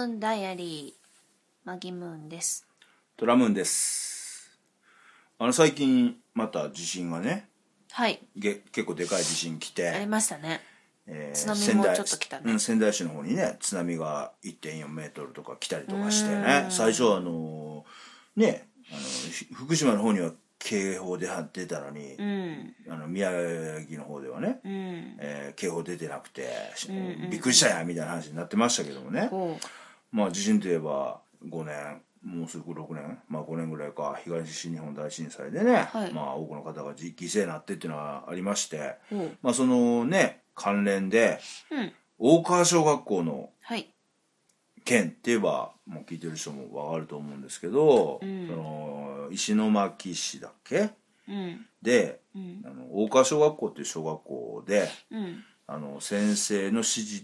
ーンダイアリー、マギムーンです。 トラムーンです。最近また地震がね、 はい、 結構でかい地震来てありましたね。津波もちょっと来たね。 仙台市の方にね、津波が 1.4 メートルとか来たりとかしてね、最初は福島の方には警報で出たのに、宮城の方ではね、警報出てなくて、びっくりしたやんみたいな話になってましたけどもね、まあ地震といえば5年もうすぐ6年、まあ5年ぐらいか、東日本大震災でね、まあ多くの方が犠牲になってっていうのはありまして、まあそのね関連で、大川小学校の件って言えばもう聞いてる人も分かると思うんですけど、その石巻市だっけ、で、大川小学校っていう小学校で、先生の指示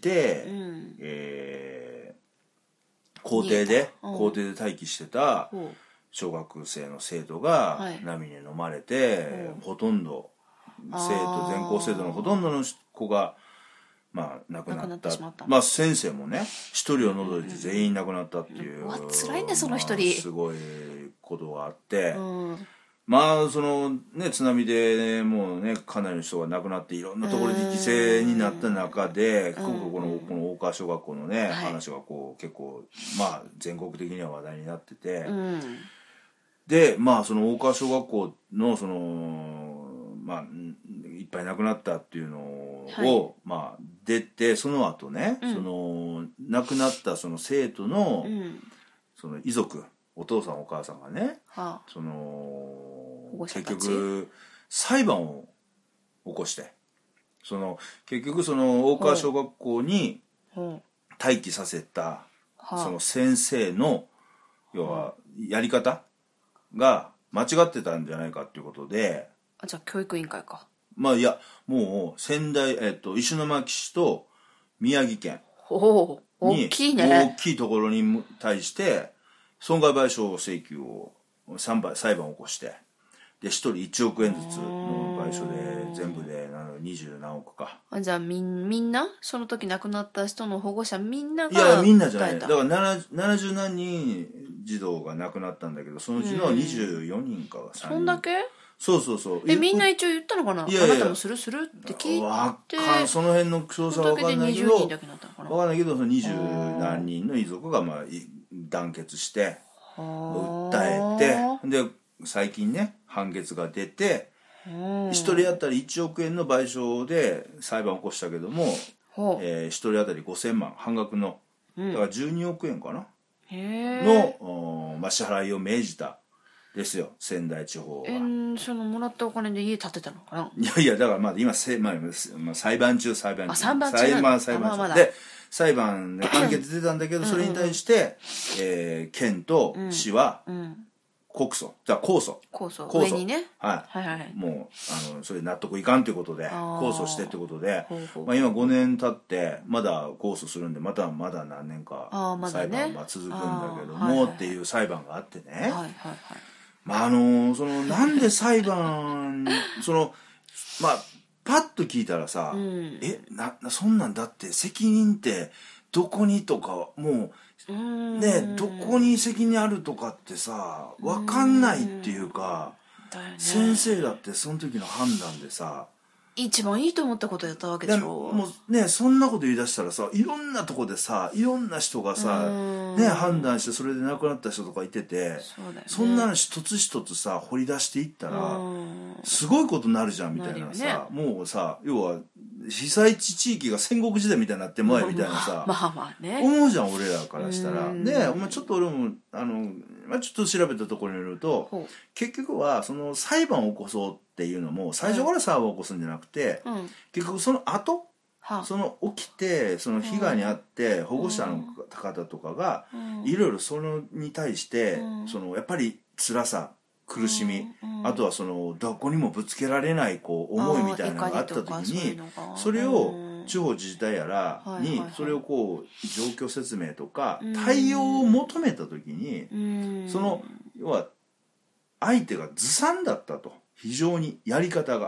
で、校庭で待機してた小学生の生徒が波に飲まれて、ほとんど全校生徒のほとんどの子がまあ亡くなった。まあ先生もね一人を除いて全員亡くなったっていう、 辛いねその一人、 すごいことがあって、まあそのね津波でもうねかなりの人が亡くなっていろんなところで犠牲になった中で、この大川小学校のね、話がこう結構まあ全国的には話題になってて、でまあその大川小学校のそのまあいっぱい亡くなったっていうのを、まあ出て、その後ね、その亡くなったその生徒の、その遺族、お父さんお母さんがね、その結局裁判を起こして、その結局その大川小学校に待機させたその先生の要はやり方が間違ってたんじゃないかっていうことで、 じゃあ教育委員会か。 まあいやもう仙台、石巻市と宮城県に大きいね、 大きいところに対して損害賠償請求を裁判を起こして、で1人1億円ずつの賠償で全部で20何億か。 じゃあみんなその時亡くなった人の保護者みんなが、 いやみんなじゃない、だから70何人児童が亡くなったんだけど、そのうちの24人かが3人。 そんだけ？ そうみんな一応言ったのかな。あなたもするって聞いて、 その辺の詳細は分かんないけど、 分かんないけど、その20何人の遺族がまあ団結して訴えて、で最近ね判決が出て、1人当たり1億円の賠償で裁判を起こしたけども、1人当たり5000万半額の、だから12億円かなの、まあ、支払いを命じたですよ、仙台地方は。 そのもらったお金で家建てたのかな。 いやだからまだ今裁判中で裁判で判決出たんだけど、それに対して、県と市は控訴上にね、 もうそれ納得いかんということで控訴してってことで、まあ今5年経ってまだ控訴するんで、まだ何年か裁判は続くんだけどもっていう裁判があってね、まあそのなんで裁判まあパッと聞いたらさ、そんなんだって責任ってどこにとかもうね、どこに責任あるとかってさ分かんないっていうか、先生だってその時の判断でさ一番いいと思ったことやったわけでしょ。 もうね、そんなこと言い出したらさ、いろんなとこでさいろんな人がさね判断して、それで亡くなった人とかいてて、そんなの一つ一つさ掘り出していったらすごいことになるじゃんみたいなさ、もうさ要は被災地域が戦国時代みたいになってもえみたいなさ思うじゃん、俺らからしたらね。お前ちょっと俺もちょっと調べたところによると、結局はその裁判を起こそうっていうのも最初から裁判を起こすんじゃなくて、結局その後その起きてその被害に遭って保護者の方とかがいろいろそれに対してそのやっぱり辛さ苦しみ、あとはそのどこにもぶつけられないこう思いみたいなのがあった時に、それを地方自治体やらにそれをこう状況説明とか対応を求めた時に、その要は相手がずさんだったと、非常にやり方が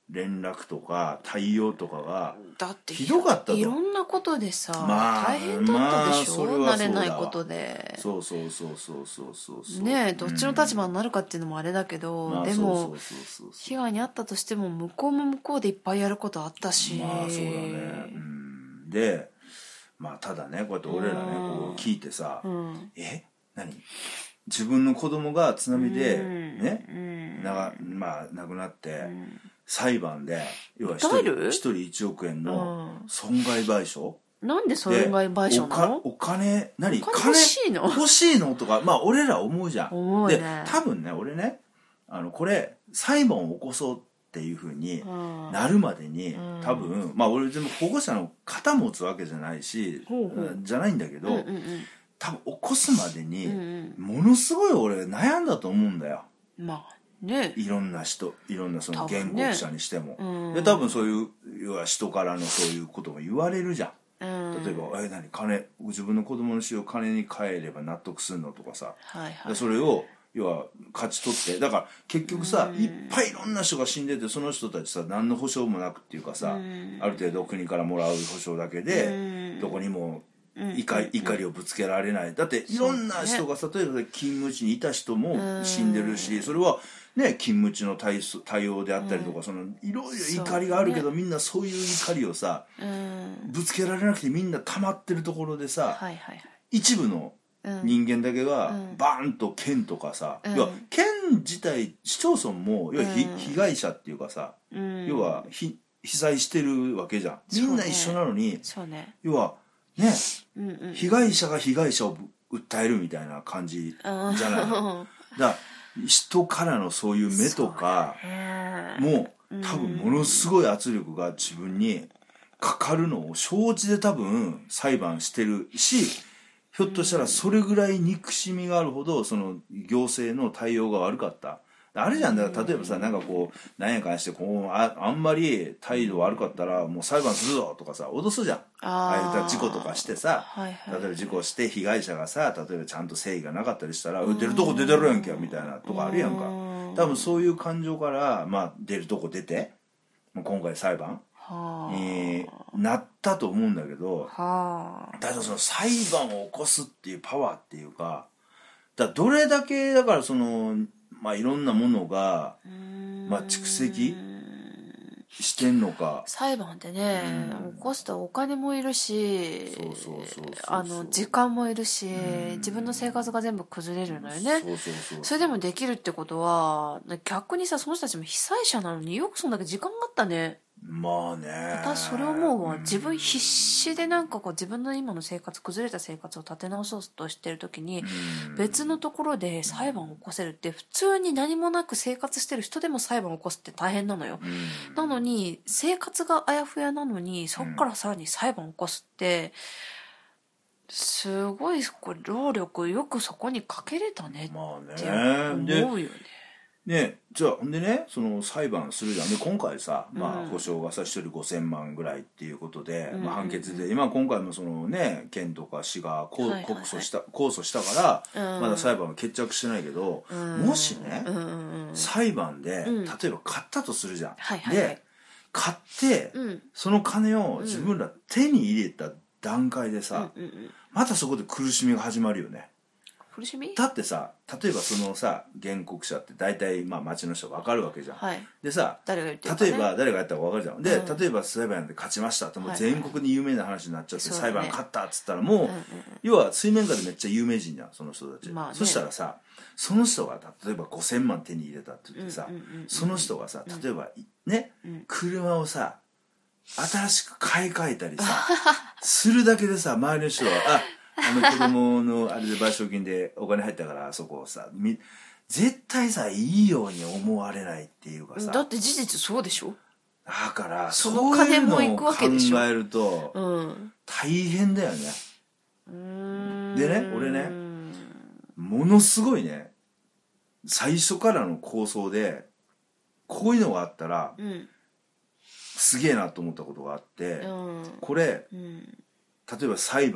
連絡とか対応とかがだってひどかったと。 いろんなことでさ、 まあ大変だったでしょ、 それはそうだ慣れないことで。 そうそうそうそうそうそうねえ、どっちの立場になるかっていうのもあれだけど、でも被害に遭ったとしても向こうも向こうでいっぱいやることあったし。 まあそうだね。でまあただねこうやって俺らねこう聞いてさ、何自分の子供が津波でね亡くなって、裁判で要は一人1億円の損害賠償、 なんで損害賠償なの？ お金何金欲しいの？ 欲しいのとかまあ俺ら思うじゃん。 思うね。 で多分ね俺ねこれ裁判を起こそうっていうふうになるまでに多分まあ俺全部保護者の肩持つわけじゃないしじゃないんだけど多分起こすまでにものすごい俺悩んだと思うんだよ。 まあね、 いろんな人いろんなその原告者にしても、で多分そういう要は人からのそういうことも言われるじゃん。例えば何金自分の子供の死を金に換えれば納得するのとかさ、それを要は勝ち取ってだから結局さいっぱいいろんな人が死んでてその人たちさ何の保証もなくっていうかさある程度国からもらう保証だけでどこにも怒りをぶつけられない。だっていろんな人が例えば勤務地にいた人も死んでるしそれはね勤務地の対応であったりとかそのいろいろ怒りがあるけどみんなそういう怒りをさぶつけられなくてみんな溜まってるところでさ一部の人間だけがバーンと県とかさ要は県自体市町村も要は被害者っていうかさ要は被災してるわけじゃん。みんな一緒なのに要はね、被害者が被害者を訴えるみたいな感じじゃないの。だから人からのそういう目とかも多分ものすごい圧力が自分にかかるのを承知で多分裁判してるしひょっとしたらそれぐらい憎しみがあるほどその行政の対応が悪かった。あれじゃんだから例えばさなんかこう何やかんしてこうあんまり態度悪かったらもう裁判するぞとかさ脅すじゃん。ああいう事故とかしてさ例えば事故して被害者がさ例えばちゃんと誠意がなかったりしたら出るとこ出てるやんけみたいなとこあるやんか。多分そういう感情からまあ出るとこ出て今回裁判になったと思うんだけどただその裁判を起こすっていうパワーっていうかどれだけだからそのまあいろんなものがまあ蓄積してんのか。 裁判ってね、起こすとお金もいるし時間もいるし自分の生活が全部崩れるのよね。それでもできるってことは逆にさその人たちも被災者なのによくそんだけ時間があったね。 まあね私それ思うわ。自分必死でなんかこう自分の今の生活崩れた生活を立て直そうとしてる時に別のところで裁判を起こせるって普通に何もなく生活してる人でも裁判を起こすって大変なのよ。なのに生活があやふやなのにそっからさらに裁判を起こすってすごいこれ労力よくそこにかけれたねって思うよね。 ねじゃあほんでねその裁判するじゃん。で今回さ、まあ、保証がさ1人5000万ぐらいっていうことで、まあ、判決で今回もそのね県とか市が控訴したから、まだ裁判は決着してないけど、もしね、裁判で、例えば買ったとするじゃん。で買って、その金を自分ら手に入れた段階でさ、またそこで苦しみが始まるよね。だってさ例えばそのさ原告者って大体まあ町の人が分かるわけじゃん。でさ例えば誰がやったか分かるじゃん。で例えば裁判で勝ちましたってもう全国に有名な話になっちゃって裁判勝ったっつったらもう要は水面下でめっちゃ有名人じゃんその人たち。そしたらさその人が例えば5000万手に入れたって言ってさその人がさ例えばね車をさ新しく買い替えたりさするだけでさ周りの人は子供のあれで賠償金でお金入ったからそこをさ絶対さいいように思われないっていうかさだって事実そうでしょ。 だからその金も行くわけでしょ。 そういうのを考えると大変だよね。でね俺ねものすごいね最初からの構想でこういうのがあったらすげえなと思ったことがあってこれ例えば裁判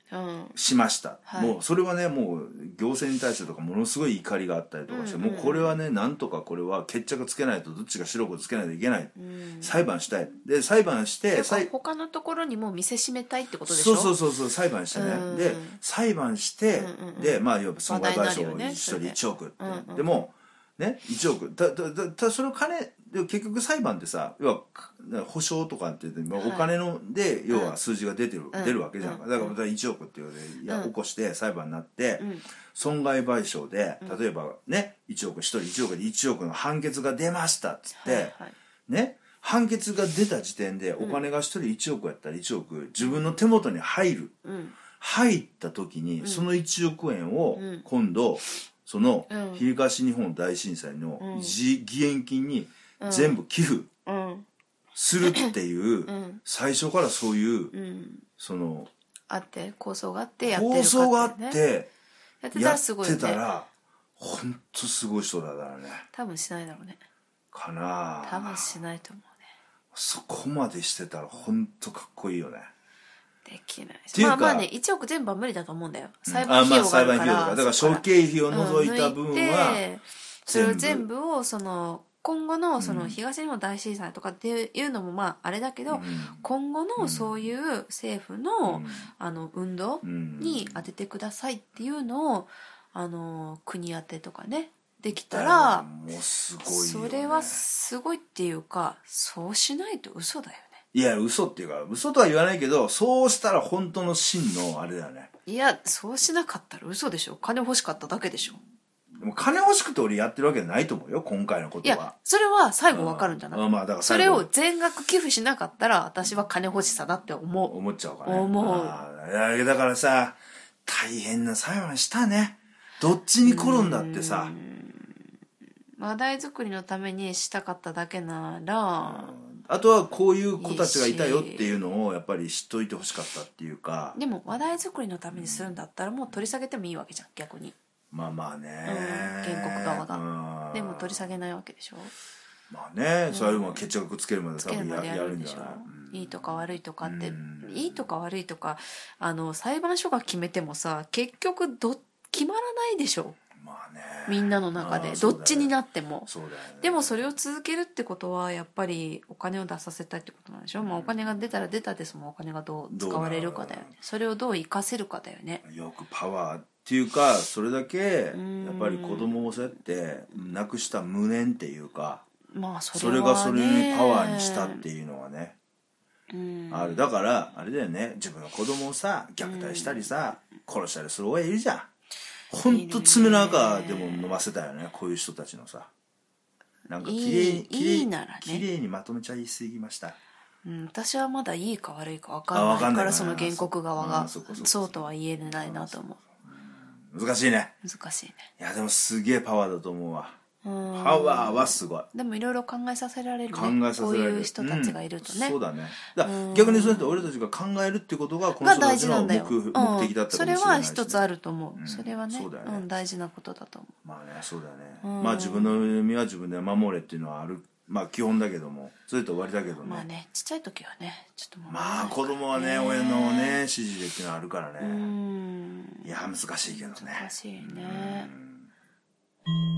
しました、 はい、 もうそれはねもう行政に対してとかものすごい怒りがあったりとかして、もうこれはねなんとかこれは決着つけないとどっちが白黒つけないといけない、裁判したいで裁判して他のところにも見せしめたいってことでしょ。 そう裁判してね、で裁判して、でまあ要は損害賠償を1人1億って、でもね1億たその金で結局裁判ってさ要は保証とかって言って、お金ので要は数字が出るわけじゃん、だから1億っていうので起こして裁判になって、損害賠償で例えばね1億1人1億で1億の判決が出ましたっつって、ね判決が出た時点でお金が1人1億やったら1億自分の手元に入る、入った時にその1億円を今度その東日本大震災の義援金に全部寄付するっていう最初からそういうそのあって構想があってやってるか構想があってやってたらすごいよね。 やってたらほんとすごい人だからね。 多分しないだろうね。 かな。 多分しないと思うね。 そこまでしてたらほんとかっこいいよね。 できないし、まあね1億全部は無理だと思うんだよ。裁判費用があるから、 だから諸経費を除いた部分はそれを全部をその今後のその東日本大震災とかっていうのもまああれだけど、今後のそういう政府の運動に当ててくださいっていうのを国当てとかねできたら、 もうすごいよね。 それはすごいっていうか、そうしないと嘘だよね。 いや嘘っていうか嘘とは言わないけど、そうしたら本当の真のあれだよね。 いやそうしなかったら嘘でしょ。金欲しかっただけでしょ。 でも金欲しくて俺やってるわけじゃないと思うよ今回のことは。 いやそれは最後わかるんじゃない。 まあだからそれを全額寄付しなかったら私は金欲しさだって思っちゃうからね。 思う。 だからさ大変な裁判したね。どっちに転んだってさ。 話題作りのためにしたかっただけなら、 あとはこういう子たちがいたよっていうのをやっぱり知っといてほしかったっていうか。 でも話題作りのためにするんだったらもう取り下げてもいいわけじゃん逆に。 まあね、 原告側がでも取り下げないわけでしょ。 まあね、そういうの決着つけるまで多分やるんじゃない。 いいとか悪いとかって、いいとか悪いとか裁判所が決めてもさ結局決まらないでしょ。 まあね、 みんなの中でどっちになっても、 そうだよね。 でもそれを続けるってことはやっぱりお金を出させたいってことなんでしょ。まあお金が出たら出たでそのお金がどう使われるかだよね。それをどう生かせるかだよね。 よくパワーっていうかそれだけやっぱり子供をそうやって亡くした無念っていうか、 まあそれがそれにパワーにしたっていうのはねある。だからあれだよね、自分の子供をさ虐待したりさ殺したりする親いるじゃん。ほんと爪の赤でも飲ませたよねこういう人たちのさ。なんか綺麗にまとめちゃいすぎました。 私はまだいいか悪いか分かんないからその原告側がそうとは言えないなと思う。難しいね。 難しいね。 いやでもすげえパワーだと思うわ。パワーはすごい。 でもいろいろ考えさせられるね。こういう人たちがいるとね。 そうだね。逆にそうやって俺たちが考えるってことがこの人たちの目的だったかもしれないし。 それは一つあると思う。それはね大事なことだと思う。 まあねそうだね。まあ自分の身は自分で守れっていうのはある。まあ基本だけどもそれと終わりだけどね。 まあねちっちゃい時はねちょっとまあ子供はね親のね指示でっていうのはあるからね。いや難しいけどね。 難しいね。